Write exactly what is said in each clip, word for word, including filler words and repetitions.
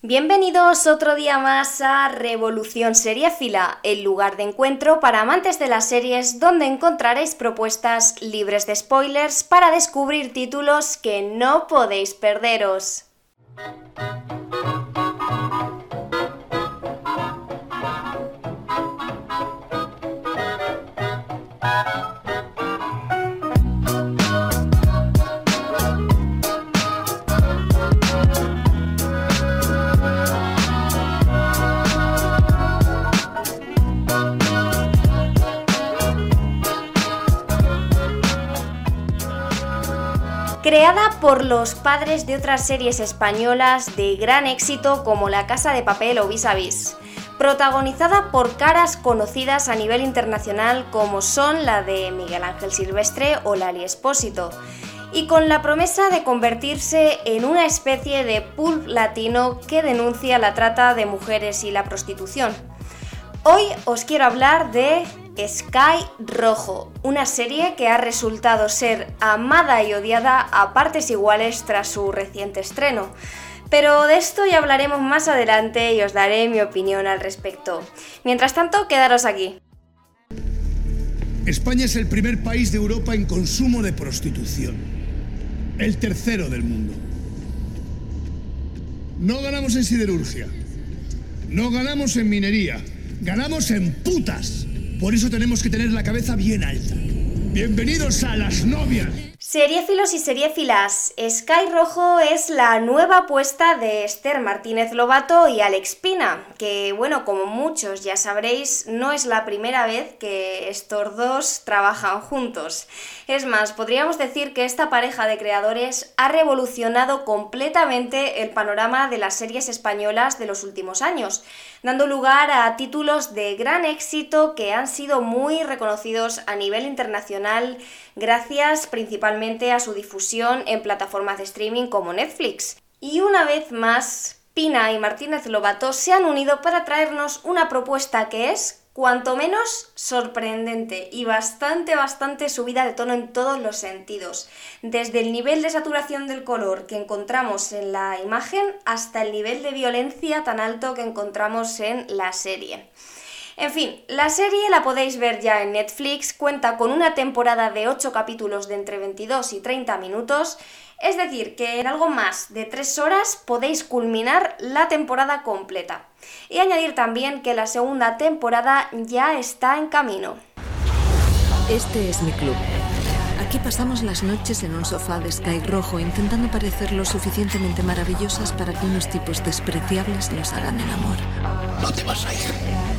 Bienvenidos otro día más a Revolución Seriéfila, el lugar de encuentro para amantes de las series donde encontraréis propuestas libres de spoilers para descubrir títulos que no podéis perderos. Creada por los padres de otras series españolas de gran éxito como La Casa de Papel o Vis a Vis. Protagonizada por caras conocidas a nivel internacional como son la de Miguel Ángel Silvestre o Lali Espósito. Y con la promesa de convertirse en una especie de pulp latino que denuncia la trata de mujeres y la prostitución. Hoy os quiero hablar de Sky Rojo, una serie que ha resultado ser amada y odiada a partes iguales tras su reciente estreno. Pero de esto ya hablaremos más adelante y os daré mi opinión al respecto. Mientras tanto, quedaros aquí. España es el primer país de Europa en consumo de prostitución. El tercero del mundo. No ganamos en siderurgia. No ganamos en minería. Ganamos en putas. Por eso tenemos que tener la cabeza bien alta. ¡Bienvenidos a Las Novias! Seriéfilos y seriéfilas, Sky Rojo es la nueva apuesta de Esther Martínez Lobato y Alex Pina, que bueno, como muchos ya sabréis, no es la primera vez que estos dos trabajan juntos. Es más, podríamos decir que esta pareja de creadores ha revolucionado completamente el panorama de las series españolas de los últimos años, dando lugar a títulos de gran éxito que han sido muy reconocidos a nivel internacional gracias principalmente a su difusión en plataformas de streaming como Netflix. Y una vez más, Pina y Martínez Lobato se han unido para traernos una propuesta que es, cuanto menos, sorprendente y bastante, bastante subida de tono en todos los sentidos. Desde el nivel de saturación del color que encontramos en la imagen hasta el nivel de violencia tan alto que encontramos en la serie. En fin, la serie la podéis ver ya en Netflix, cuenta con una temporada de ocho capítulos de entre veintidós y treinta minutos, es decir, que en algo más de tres horas podéis culminar la temporada completa. Y añadir también que la segunda temporada ya está en camino. Este es mi club. Aquí pasamos las noches en un sofá de Sky Rojo intentando parecer lo suficientemente maravillosas para que unos tipos despreciables nos hagan el amor. No te vas a ir.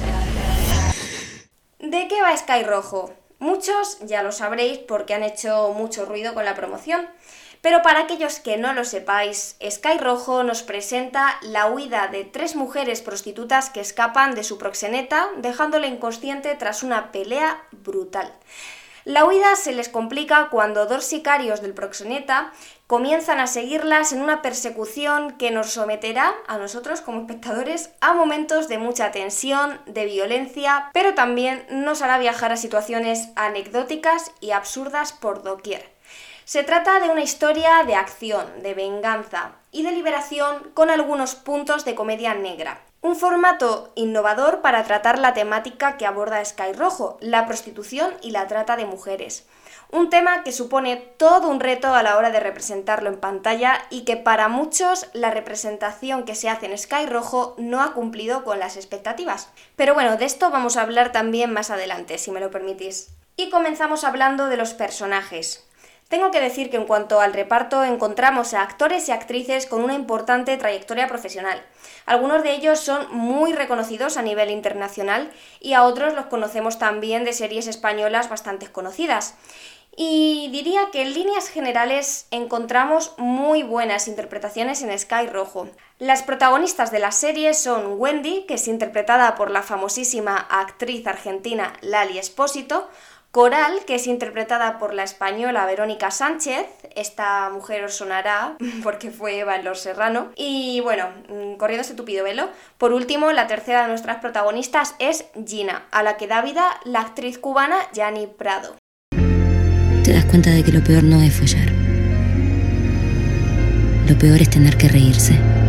¿De qué va Sky Rojo? Muchos ya lo sabréis porque han hecho mucho ruido con la promoción, pero para aquellos que no lo sepáis, Sky Rojo nos presenta la huida de tres mujeres prostitutas que escapan de su proxeneta, dejándola inconsciente tras una pelea brutal. La huida se les complica cuando dos sicarios del proxeneta comienzan a seguirlas en una persecución que nos someterá a nosotros como espectadores a momentos de mucha tensión, de violencia, pero también nos hará viajar a situaciones anecdóticas y absurdas por doquier. Se trata de una historia de acción, de venganza y de liberación con algunos puntos de comedia negra. Un formato innovador para tratar la temática que aborda Sky Rojo, la prostitución y la trata de mujeres. Un tema que supone todo un reto a la hora de representarlo en pantalla y que para muchos la representación que se hace en Sky Rojo no ha cumplido con las expectativas. Pero bueno, de esto vamos a hablar también más adelante, si me lo permitís. Y comenzamos hablando de los personajes. Tengo que decir que en cuanto al reparto encontramos a actores y actrices con una importante trayectoria profesional. Algunos de ellos son muy reconocidos a nivel internacional y a otros los conocemos también de series españolas bastante conocidas. Y diría que en líneas generales encontramos muy buenas interpretaciones en Sky Rojo. Las protagonistas de la serie son Wendy, que es interpretada por la famosísima actriz argentina Lali Espósito, Coral, que es interpretada por la española Verónica Sánchez, esta mujer os sonará porque fue Eva en Los Serrano, y bueno, corriendo este tupido velo, por último, la tercera de nuestras protagonistas es Gina, a la que da vida la actriz cubana Yani Prado. Te das cuenta de que lo peor no es follar. Lo peor es tener que reírse.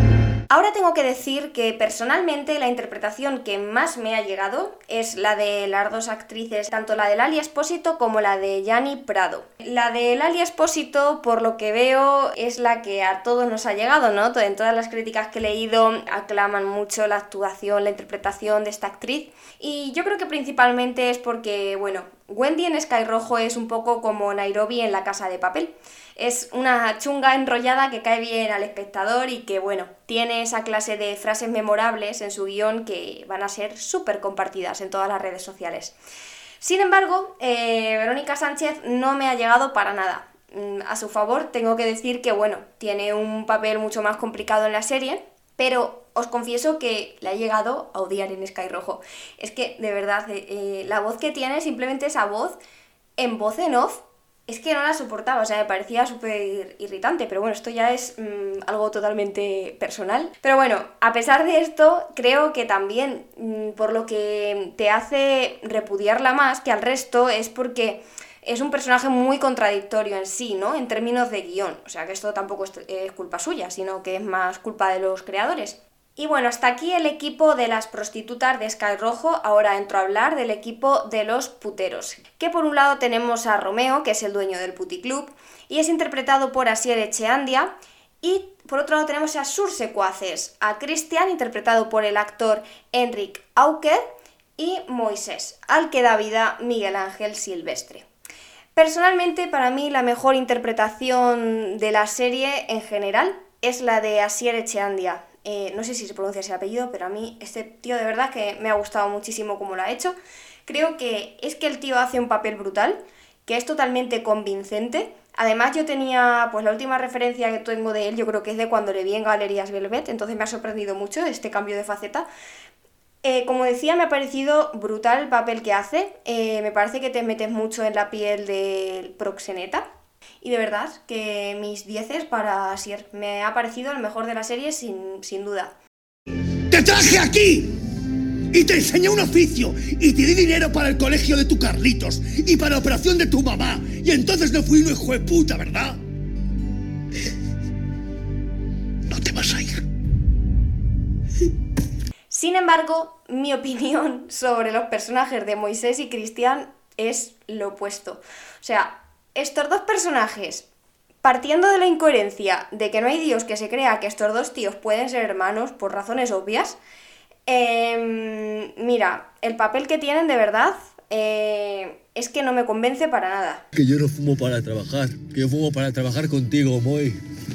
Ahora tengo que decir que personalmente la interpretación que más me ha llegado es la de las dos actrices, tanto la de Lali Espósito como la de Yanni Prado. La de Lali Espósito, por lo que veo, es la que a todos nos ha llegado, ¿no? En todas las críticas que he leído aclaman mucho la actuación, la interpretación de esta actriz. Y yo creo que principalmente es porque, bueno, Wendy en Sky Rojo es un poco como Nairobi en La Casa de Papel. Es una chunga enrollada que cae bien al espectador y que, bueno, tiene esa clase de frases memorables en su guión que van a ser súper compartidas en todas las redes sociales. Sin embargo, eh, Verónica Sánchez no me ha llegado para nada. A su favor, tengo que decir que, bueno, tiene un papel mucho más complicado en la serie, pero os confieso que la he llegado a odiar en Sky Rojo. Es que, de verdad, eh, la voz que tiene, simplemente esa voz, en voz en off, es que no la soportaba, o sea, me parecía súper irritante, pero bueno, esto ya es mmm, algo totalmente personal. Pero bueno, a pesar de esto, creo que también, mmm, por lo que te hace repudiarla más que al resto, es porque es un personaje muy contradictorio en sí, ¿no? En términos de guión, o sea, que esto tampoco es, es culpa suya, sino que es más culpa de los creadores. Y bueno, hasta aquí el equipo de las prostitutas de Sky Rojo. Ahora entro a hablar del equipo de los puteros. Que por un lado tenemos a Romeo, que es el dueño del puticlub, y es interpretado por Asier Echeandia. Y por otro lado tenemos a sus secuaces, a Cristian, interpretado por el actor Enric Auker, y Moisés, al que da vida Miguel Ángel Silvestre. Personalmente, para mí, la mejor interpretación de la serie en general es la de Asier Echeandia. Eh, no sé si se pronuncia ese apellido, pero a mí este tío de verdad que me ha gustado muchísimo cómo lo ha hecho. Creo que es que el tío hace un papel brutal, que es totalmente convincente. Además, yo tenía, pues la última referencia que tengo de él, yo creo que es de cuando le vi en Galerías Velvet, entonces me ha sorprendido mucho este cambio de faceta. Eh, como decía, me ha parecido brutal el papel que hace. Eh, me parece que te metes mucho en la piel del proxeneta. Y de verdad que mis dieces para Asier. Me ha parecido el mejor de la serie sin, sin duda. ¡Te traje aquí! Y te enseñé un oficio. Y te di dinero para el colegio de tu Carlitos. Y para la operación de tu mamá. Y entonces no fui un hijo de puta, ¿verdad? No te vas a ir. Sin embargo, mi opinión sobre los personajes de Moisés y Cristian es lo opuesto. O sea, estos dos personajes, partiendo de la incoherencia de que no hay Dios que se crea que estos dos tíos pueden ser hermanos por razones obvias, eh, mira, el papel que tienen de verdad eh, es que no me convence para nada. Que yo no fumo para trabajar, que yo fumo para trabajar contigo, Moy.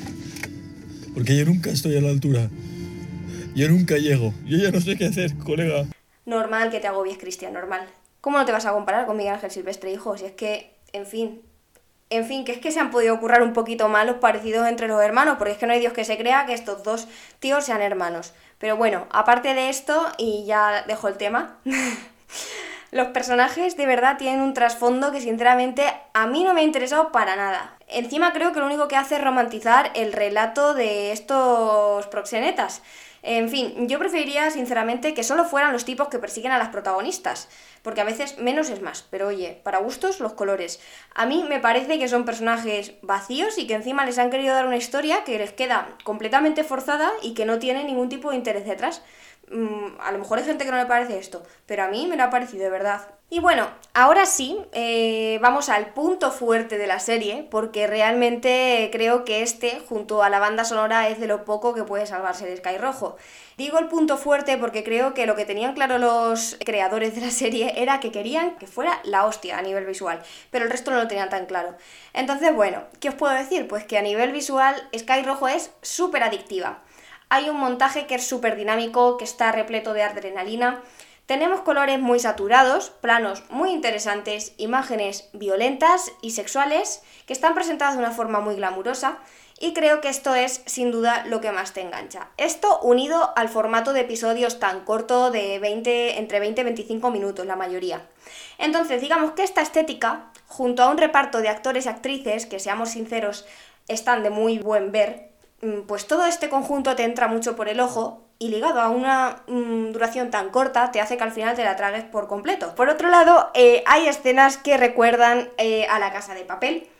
Porque yo nunca estoy a la altura. Yo nunca llego. Yo ya no sé qué hacer, colega. Normal que te agobies, Cristian, normal. ¿Cómo no te vas a comparar con Miguel Ángel Silvestre, hijo? Si es que, en fin... En fin, que es que se han podido currar un poquito más los parecidos entre los hermanos, porque es que no hay Dios que se crea que estos dos tíos sean hermanos. Pero bueno, aparte de esto, y ya dejo el tema, los personajes de verdad tienen un trasfondo que sinceramente a mí no me ha interesado para nada. Encima creo que lo único que hace es romantizar el relato de estos proxenetas. En fin, yo preferiría sinceramente que solo fueran los tipos que persiguen a las protagonistas, porque a veces menos es más, pero oye, para gustos los colores. A mí me parece que son personajes vacíos y que encima les han querido dar una historia que les queda completamente forzada y que no tiene ningún tipo de interés detrás. Mm, a lo mejor hay gente que no le parece esto, pero a mí me lo ha parecido de verdad. Y bueno, ahora sí, eh, vamos al punto fuerte de la serie, porque realmente creo que este, junto a la banda sonora, es de lo poco que puede salvarse de Sky Rojo. Digo el punto fuerte porque creo que lo que tenían claro los creadores de la serie era que querían que fuera la hostia a nivel visual, pero el resto no lo tenían tan claro. Entonces, bueno, ¿qué os puedo decir? Pues que a nivel visual Sky Rojo es súper adictiva. Hay un montaje que es súper dinámico, que está repleto de adrenalina. Tenemos colores muy saturados, planos muy interesantes, imágenes violentas y sexuales que están presentadas de una forma muy glamurosa y creo que esto es sin duda lo que más te engancha. Esto unido al formato de episodios tan corto de veinte, entre veinte y veinticinco minutos la mayoría. Entonces digamos que esta estética, junto a un reparto de actores y actrices que, seamos sinceros, están de muy buen ver, pues todo este conjunto te entra mucho por el ojo y ligado a una mmm, duración tan corta te hace que al final te la tragues por completo. Por otro lado, eh, hay escenas que recuerdan eh, a La Casa de Papel,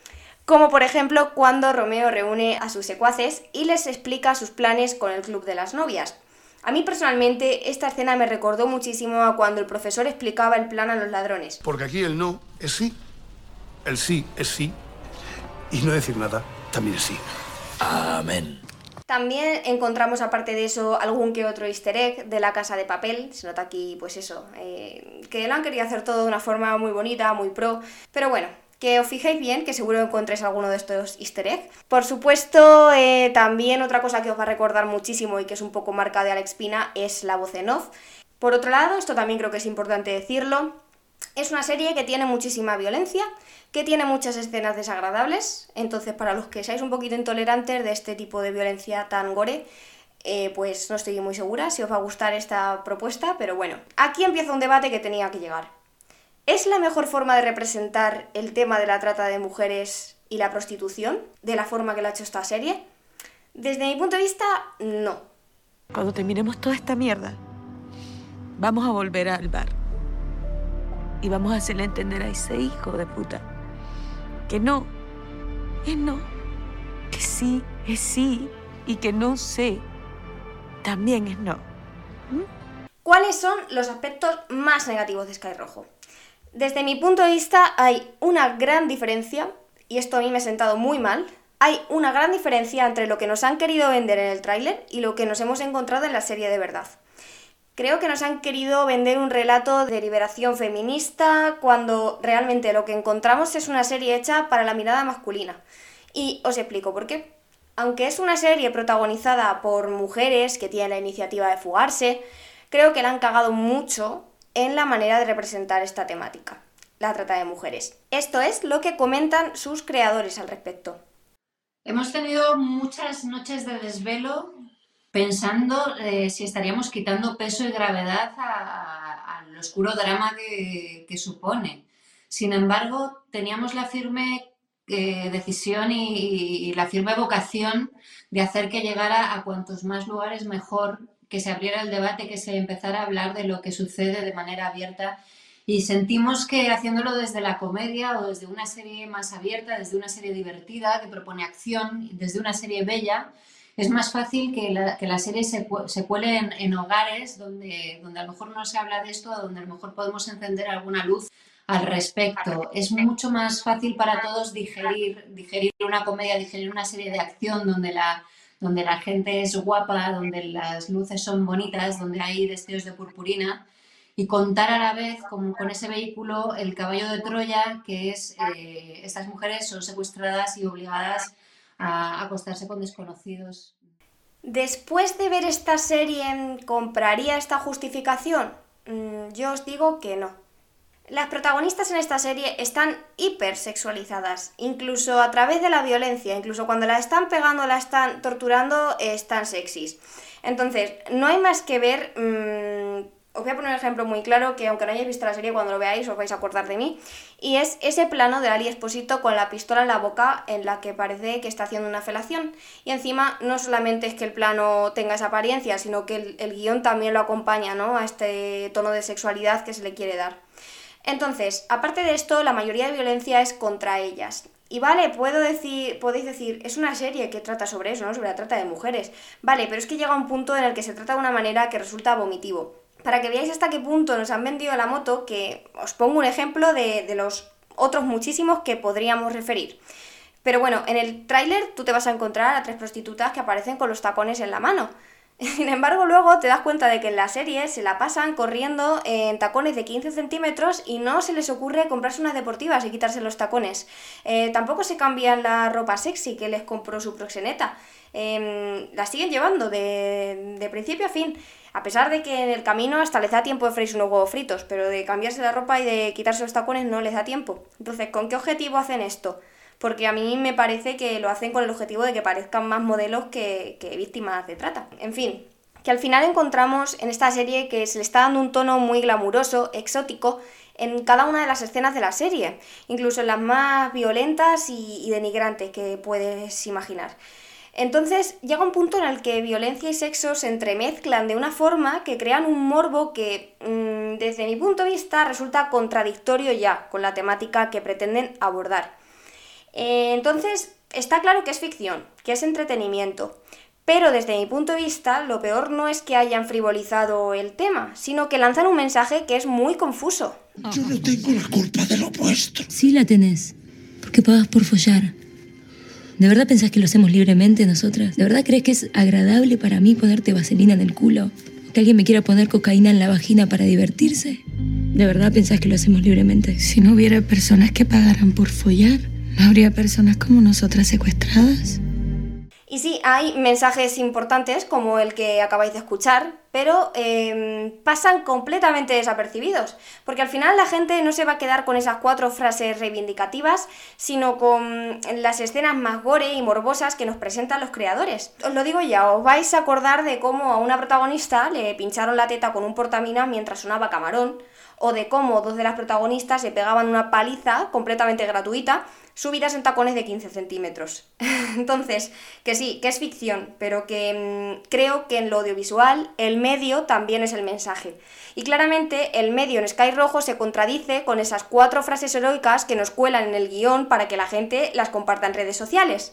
Como por ejemplo cuando Romeo reúne a sus secuaces y les explica sus planes con el club de las novias. A mí personalmente esta escena me recordó muchísimo a cuando el profesor explicaba el plan a los ladrones. Porque aquí el no es sí, el sí es sí, y no decir nada también es sí. Amén. También encontramos, aparte de eso, algún que otro easter egg de La Casa de Papel. Se nota aquí, pues eso, eh, que lo han querido hacer todo de una forma muy bonita, muy pro, pero bueno, que os fijéis bien, que seguro encontréis alguno de estos easter eggs. Por supuesto, eh, también otra cosa que os va a recordar muchísimo y que es un poco marca de Alex Pina es la voz en off. Por otro lado, esto también creo que es importante decirlo, es una serie que tiene muchísima violencia, que tiene muchas escenas desagradables, entonces para los que seáis un poquito intolerantes de este tipo de violencia tan gore, eh, pues no estoy muy segura si os va a gustar esta propuesta, pero bueno, aquí empieza un debate que tenía que llegar. ¿Es la mejor forma de representar el tema de la trata de mujeres y la prostitución, de la forma que lo ha hecho esta serie? Desde mi punto de vista, no. Cuando terminemos toda esta mierda, vamos a volver al bar. Y vamos a hacerle entender a ese hijo de puta que no es no, que sí es sí y que no sé también es no. ¿Mm? ¿Cuáles son los aspectos más negativos de Sky Rojo? Desde mi punto de vista hay una gran diferencia, y esto a mí me ha sentado muy mal, hay una gran diferencia entre lo que nos han querido vender en el tráiler y lo que nos hemos encontrado en la serie de verdad. Creo que nos han querido vender un relato de liberación feminista cuando realmente lo que encontramos es una serie hecha para la mirada masculina. Y os explico por qué. Aunque es una serie protagonizada por mujeres que tienen la iniciativa de fugarse, creo que la han cagado mucho en la manera de representar esta temática, la trata de mujeres. Esto es lo que comentan sus creadores al respecto. Hemos tenido muchas noches de desvelo pensando eh, si estaríamos quitando peso y gravedad a, a, al oscuro drama que, que supone. Sin embargo, teníamos la firme eh, decisión y, y la firme vocación de hacer que llegara a cuantos más lugares mejor, que se abriera el debate, que se empezara a hablar de lo que sucede de manera abierta. Y sentimos que haciéndolo desde la comedia o desde una serie más abierta, desde una serie divertida que propone acción, desde una serie bella, es más fácil que la, que la serie se, se cuele en, en hogares donde, donde a lo mejor no se habla de esto, donde a lo mejor podemos encender alguna luz al respecto. Es mucho más fácil para todos digerir, digerir una comedia, digerir una serie de acción donde la, donde la gente es guapa, donde las luces son bonitas, donde hay destellos de purpurina, y contar a la vez como con ese vehículo el caballo de Troya, que es eh, estas mujeres son secuestradas y obligadas a acostarse con desconocidos. Después de ver esta serie, ¿compraría esta justificación? Mm, yo os digo que no. Las protagonistas en esta serie están hipersexualizadas, incluso a través de la violencia, incluso cuando la están pegando, la están torturando, eh, están sexys. Entonces, no hay más que ver... Mmm, Os voy a poner un ejemplo muy claro que aunque no hayáis visto la serie, cuando lo veáis os vais a acordar de mí. Y es ese plano de Ali Esposito con la pistola en la boca en la que parece que está haciendo una felación. Y encima no solamente es que el plano tenga esa apariencia, sino que el, el guión también lo acompaña, ¿no?, a este tono de sexualidad que se le quiere dar. Entonces, aparte de esto, la mayoría de violencia es contra ellas. Y vale, puedo decir, podéis decir, es una serie que trata sobre eso, ¿no?, sobre la trata de mujeres. Vale, pero es que llega un punto en el que se trata de una manera que resulta vomitivo. Para que veáis hasta qué punto nos han vendido la moto, que os pongo un ejemplo de, de los otros muchísimos que podríamos referir. Pero bueno, en el tráiler tú te vas a encontrar a tres prostitutas que aparecen con los tacones en la mano. Sin embargo, luego te das cuenta de que en la serie se la pasan corriendo en tacones de quince centímetros y no se les ocurre comprarse unas deportivas y quitarse los tacones. Eh, tampoco se cambian la ropa sexy que les compró su proxeneta. Eh, la siguen llevando de, de principio a fin. A pesar de que en el camino hasta les da tiempo de freírse unos huevos fritos, pero de cambiarse la ropa y de quitarse los tacones no les da tiempo. Entonces, ¿con qué objetivo hacen esto? Porque a mí me parece que lo hacen con el objetivo de que parezcan más modelos que, que víctimas de trata. En fin, que al final encontramos en esta serie que se le está dando un tono muy glamuroso, exótico, en cada una de las escenas de la serie, incluso en las más violentas y, y denigrantes que puedes imaginar. Entonces llega un punto en el que violencia y sexo se entremezclan de una forma que crean un morbo que, mmm, desde mi punto de vista, resulta contradictorio ya con la temática que pretenden abordar. Eh, entonces, está claro que es ficción, que es entretenimiento. Pero desde mi punto de vista, lo peor no es que hayan frivolizado el tema, sino que lanzan un mensaje que es muy confuso. Yo no tengo la culpa de lo vuestro. Sí la tenés, porque pagas por follar. ¿De verdad pensás que lo hacemos libremente nosotras? ¿De verdad crees que es agradable para mí ponerte vaselina en el culo? ¿Que alguien me quiera poner cocaína en la vagina para divertirse? ¿De verdad pensás que lo hacemos libremente? Si no hubiera personas que pagaran por follar, ¿no habría personas como nosotras secuestradas? Y sí, hay mensajes importantes como el que acabáis de escuchar, pero eh, pasan completamente desapercibidos, porque al final la gente no se va a quedar con esas cuatro frases reivindicativas, sino con las escenas más gore y morbosas que nos presentan los creadores. Os lo digo ya, os vais a acordar de cómo a una protagonista le pincharon la teta con un portaminas mientras sonaba Camarón, o de cómo dos de las protagonistas se pegaban una paliza completamente gratuita, subidas en tacones de quince centímetros. Entonces, que sí, que es ficción, pero que mmm, creo que en lo audiovisual el medio también es el mensaje. Y claramente el medio en Sky Rojo se contradice con esas cuatro frases heroicas que nos cuelan en el guión para que la gente las comparta en redes sociales.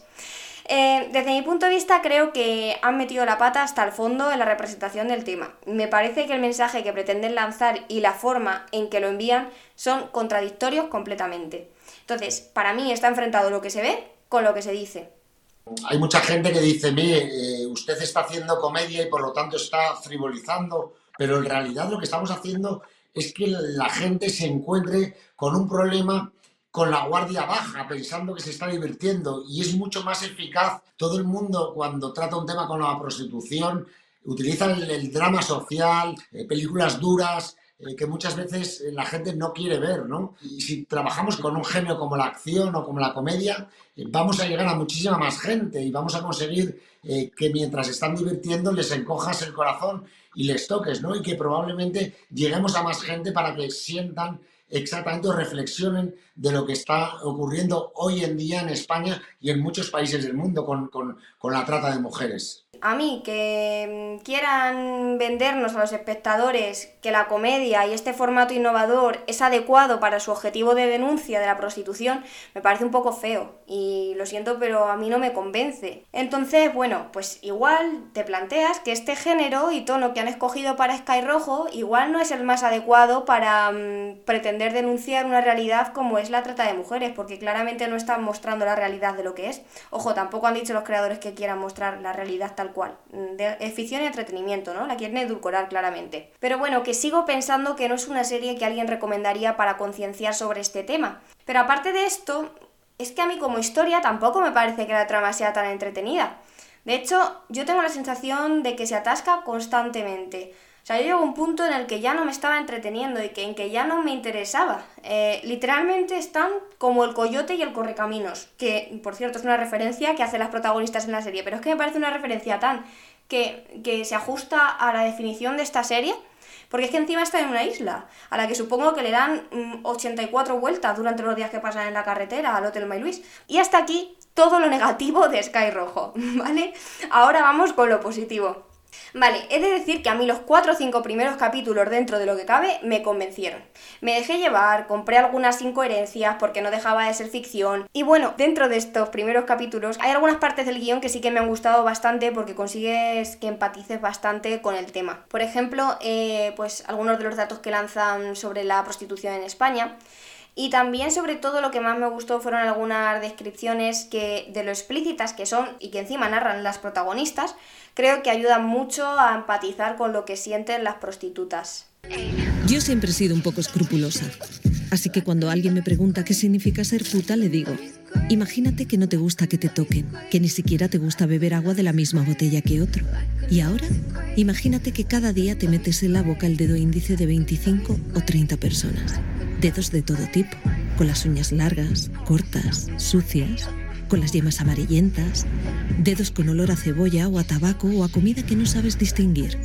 Eh, desde mi punto de vista creo que han metido la pata hasta el fondo en la representación del tema. Me parece que el mensaje que pretenden lanzar y la forma en que lo envían son contradictorios completamente. Entonces, para mí está enfrentado lo que se ve con lo que se dice. Hay mucha gente que dice, mire, eh, usted está haciendo comedia y por lo tanto está frivolizando, pero en realidad lo que estamos haciendo es que la gente se encuentre con un problema con la guardia baja, pensando que se está divirtiendo, y es mucho más eficaz. Todo el mundo, cuando trata un tema con la prostitución, utiliza el, el drama social, eh, películas duras, eh, que muchas veces la gente no quiere ver, ¿no? Y si trabajamos con un género como la acción o como la comedia, eh, vamos a llegar a muchísima más gente y vamos a conseguir eh, que mientras están divirtiendo les encojas el corazón y les toques, ¿no? Y que probablemente lleguemos a más gente para que sientan exactamente o reflexionen de lo que está ocurriendo hoy en día en España y en muchos países del mundo con, con, con la trata de mujeres. A mí, que quieran vendernos a los espectadores que la comedia y este formato innovador es adecuado para su objetivo de denuncia de la prostitución, me parece un poco feo y lo siento, pero a mí no me convence. Entonces, bueno, pues igual te planteas que este género y tono que han escogido para Sky Rojo igual no es el más adecuado para mmm, pretender denunciar una realidad como es la trata de mujeres, porque claramente no están mostrando la realidad de lo que es. Ojo, tampoco han dicho los creadores que quieran mostrar la realidad tal cual. De, es ficción y entretenimiento, ¿no? La quieren edulcorar claramente. Pero bueno, que sigo pensando que no es una serie que alguien recomendaría para concienciar sobre este tema. Pero aparte de esto, es que a mí como historia tampoco me parece que la trama sea tan entretenida. De hecho, yo tengo la sensación de que se atasca constantemente. O sea, yo llego a un punto en el que ya no me estaba entreteniendo y que en que ya no me interesaba. Eh, literalmente están como el coyote y el correcaminos, que por cierto es una referencia que hacen las protagonistas en la serie, pero es que me parece una referencia tan que, que se ajusta a la definición de esta serie, porque es que encima está en una isla, a la que supongo que le dan mmm, ochenta y cuatro vueltas durante los días que pasan en la carretera al Hotel May Luis. Y hasta aquí todo lo negativo de Sky Rojo, ¿vale? Ahora vamos con lo positivo. Vale, he de decir que a mí los cuatro o cinco primeros capítulos, dentro de lo que cabe, me convencieron. Me dejé llevar, compré algunas incoherencias porque no dejaba de ser ficción. Y bueno, dentro de estos primeros capítulos hay algunas partes del guión que sí que me han gustado bastante porque consigues que empatices bastante con el tema. Por ejemplo, eh, pues algunos de los datos que lanzan sobre la prostitución en España. Y también, sobre todo, lo que más me gustó fueron algunas descripciones que, de lo explícitas que son y que encima narran las protagonistas, creo que ayudan mucho a empatizar con lo que sienten las prostitutas. Yo siempre he sido un poco escrupulosa, así que cuando alguien me pregunta qué significa ser puta, le digo: imagínate que no te gusta que te toquen, que ni siquiera te gusta beber agua de la misma botella que otro. Y ahora, imagínate que cada día te metes en la boca el dedo índice de veinticinco o treinta personas. Dedos de todo tipo, con las uñas largas, cortas, sucias, con las yemas amarillentas, dedos con olor a cebolla o a tabaco o a comida que no sabes distinguir.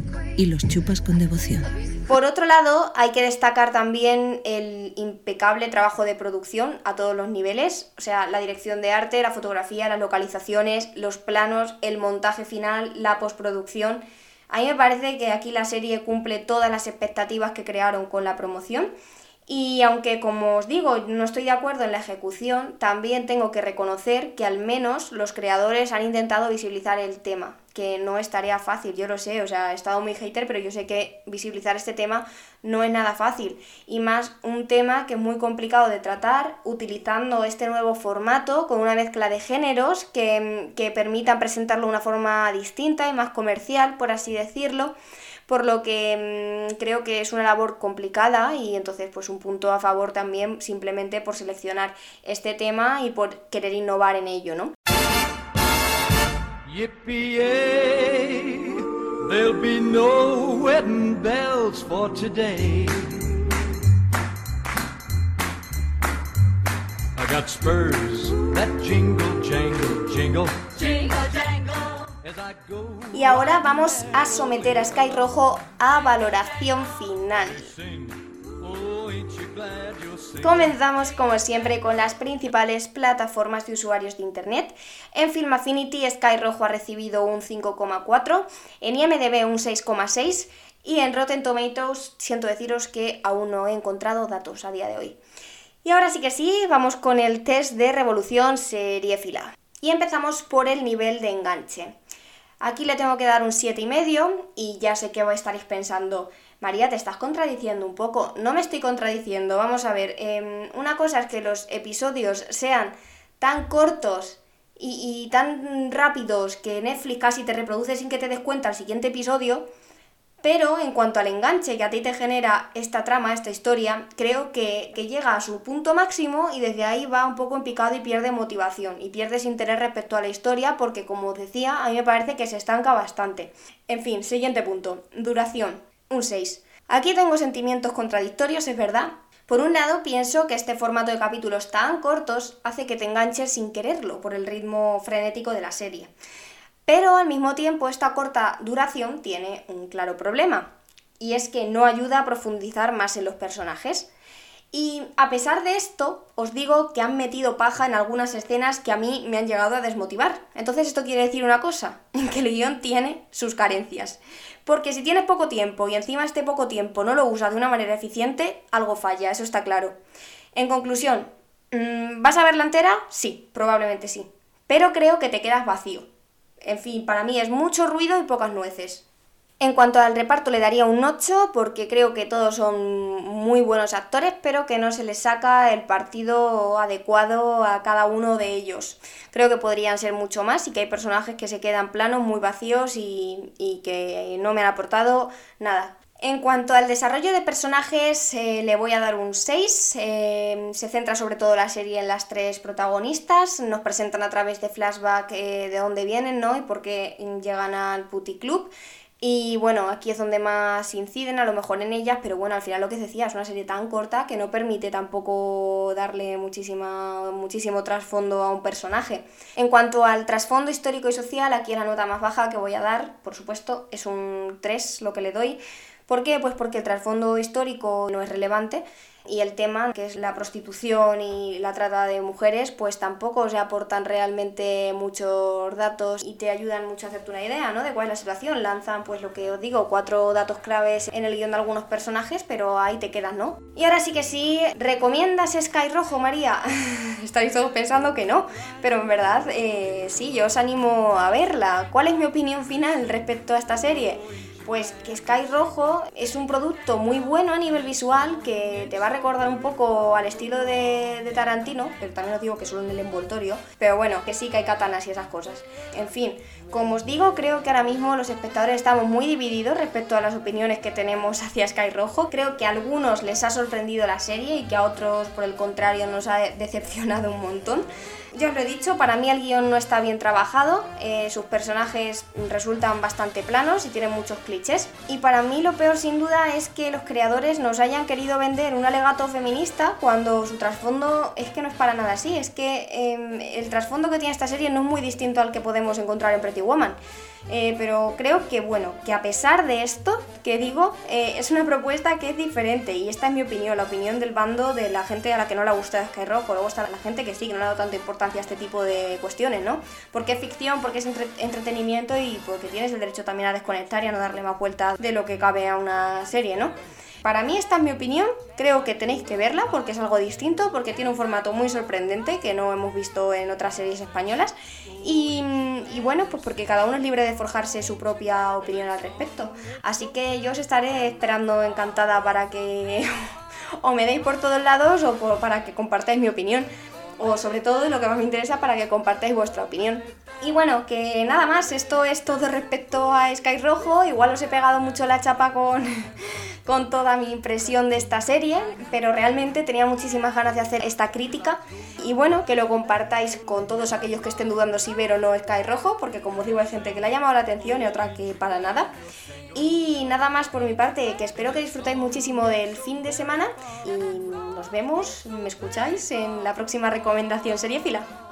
Y los chupas con devoción. Por otro lado, hay que destacar también el impecable trabajo de producción a todos los niveles, o sea, la dirección de arte, la fotografía, las localizaciones, los planos, el montaje final, la postproducción. A mí me parece que aquí la serie cumple todas las expectativas que crearon con la promoción. Y aunque, como os digo, no estoy de acuerdo en la ejecución, también tengo que reconocer que al menos los creadores han intentado visibilizar el tema, que no es tarea fácil, yo lo sé, o sea, he estado muy hater, pero yo sé que visibilizar este tema no es nada fácil, y más un tema que es muy complicado de tratar, utilizando este nuevo formato con una mezcla de géneros que, que permitan presentarlo de una forma distinta y más comercial, por así decirlo, por lo que mmm, creo que es una labor complicada y entonces pues un punto a favor también simplemente por seleccionar este tema y por querer innovar en ello, ¿no? Yippee-yay, there'll be no wedding bells for today. I got spurs that jingle, jangle, jingle, jingle, jangle. Y ahora vamos a someter a Sky Rojo a valoración final. Comenzamos como siempre con las principales plataformas de usuarios de internet. En Film Affinity, Sky Rojo ha recibido un cinco coma cuatro, en I M D B un seis coma seis y en Rotten Tomatoes siento deciros que aún no he encontrado datos a día de hoy. Y ahora sí que sí, vamos con el test de revolución seriéfila. Y empezamos por el nivel de enganche. Aquí le tengo que dar un siete y medio y ya sé que estaréis pensando, María, te estás contradiciendo un poco. No me estoy contradiciendo, vamos a ver, eh, una cosa es que los episodios sean tan cortos y, y tan rápidos que Netflix casi te reproduce sin que te des cuenta el siguiente episodio, pero en cuanto al enganche que a ti te genera esta trama, esta historia, creo que, que llega a su punto máximo y desde ahí va un poco en picado y pierde motivación y pierdes interés respecto a la historia porque, como os decía, a mí me parece que se estanca bastante. En fin, siguiente punto, duración, un seis. Aquí tengo sentimientos contradictorios, es verdad. Por un lado, pienso que este formato de capítulos tan cortos hace que te enganches sin quererlo por el ritmo frenético de la serie. Pero al mismo tiempo esta corta duración tiene un claro problema, y es que no ayuda a profundizar más en los personajes. Y a pesar de esto, os digo que han metido paja en algunas escenas que a mí me han llegado a desmotivar. Entonces esto quiere decir una cosa, que el guión tiene sus carencias. Porque si tienes poco tiempo y encima este poco tiempo no lo usas de una manera eficiente, algo falla, eso está claro. En conclusión, ¿vas a verla entera? Sí, probablemente sí. Pero creo que te quedas vacío. En fin, para mí es mucho ruido y pocas nueces. En cuanto al reparto le daría un ocho porque creo que todos son muy buenos actores, pero que no se les saca el partido adecuado a cada uno de ellos. Creo que podrían ser mucho más y que hay personajes que se quedan planos, muy vacíos y, y que no me han aportado nada. En cuanto al desarrollo de personajes, eh, le voy a dar un seis. Eh, se centra sobre todo la serie en las tres protagonistas. Nos presentan a través de flashback eh, de dónde vienen, ¿no? Y por qué llegan al puticlub. Y bueno, aquí es donde más inciden, a lo mejor en ellas, pero bueno, al final lo que decía, es una serie tan corta que no permite tampoco darle muchísima, muchísimo trasfondo a un personaje. En cuanto al trasfondo histórico y social, aquí es la nota más baja que voy a dar, por supuesto, es un tres lo que le doy. ¿Por qué? Pues porque el trasfondo histórico no es relevante y el tema, que es la prostitución y la trata de mujeres, pues tampoco se aportan realmente muchos datos y te ayudan mucho a hacerte una idea, ¿no?, de cuál es la situación. Lanzan, pues lo que os digo, cuatro datos claves en el guión de algunos personajes, pero ahí te quedas, ¿no? Y ahora sí que sí, ¿recomiendas Sky Rojo, María? Estáis todos pensando que no, pero en verdad eh, sí, yo os animo a verla. ¿Cuál es mi opinión final respecto a esta serie? Pues que Sky Rojo es un producto muy bueno a nivel visual, que te va a recordar un poco al estilo de, de Tarantino, pero también os digo que solo en el envoltorio, pero bueno, que sí que hay katanas y esas cosas. En fin, como os digo, creo que ahora mismo los espectadores estamos muy divididos respecto a las opiniones que tenemos hacia Sky Rojo. Creo que a algunos les ha sorprendido la serie y que a otros, por el contrario, nos ha decepcionado un montón. Ya os lo he dicho, para mí el guión no está bien trabajado, eh, sus personajes resultan bastante planos y tienen muchos clichés. Y para mí lo peor sin duda es que los creadores nos hayan querido vender un alegato feminista cuando su trasfondo es que no es para nada así. Es que eh, el trasfondo que tiene esta serie no es muy distinto al que podemos encontrar en Pretty Woman. Eh, pero creo que, bueno, que a pesar de esto que digo, eh, es una propuesta que es diferente y esta es mi opinión, la opinión del bando de la gente a la que no le gusta Sky Rojo. Luego está la gente que sí, que no le ha dado tanta importancia a este tipo de cuestiones, ¿no? Porque es ficción, porque es entre- entretenimiento y porque tienes el derecho también a desconectar y a no darle más vueltas de lo que cabe a una serie, ¿no? Para mí esta es mi opinión, creo que tenéis que verla porque es algo distinto, porque tiene un formato muy sorprendente que no hemos visto en otras series españolas y, y bueno, pues porque cada uno es libre de forjarse su propia opinión al respecto. Así que yo os estaré esperando encantada para que o me deis por todos lados o por, para que compartáis mi opinión. O sobre todo, lo que más me interesa, para que compartáis vuestra opinión. Y bueno, que nada más, esto es todo respecto a Sky Rojo. Igual os he pegado mucho la chapa con, con toda mi impresión de esta serie, pero realmente tenía muchísimas ganas de hacer esta crítica. Y bueno, que lo compartáis con todos aquellos que estén dudando si ver o no Sky Rojo, porque como digo, hay gente que le ha llamado la atención y otra que para nada. Y nada más por mi parte, que espero que disfrutéis muchísimo del fin de semana y nos vemos, me escucháis en la próxima recomendación seriéfila.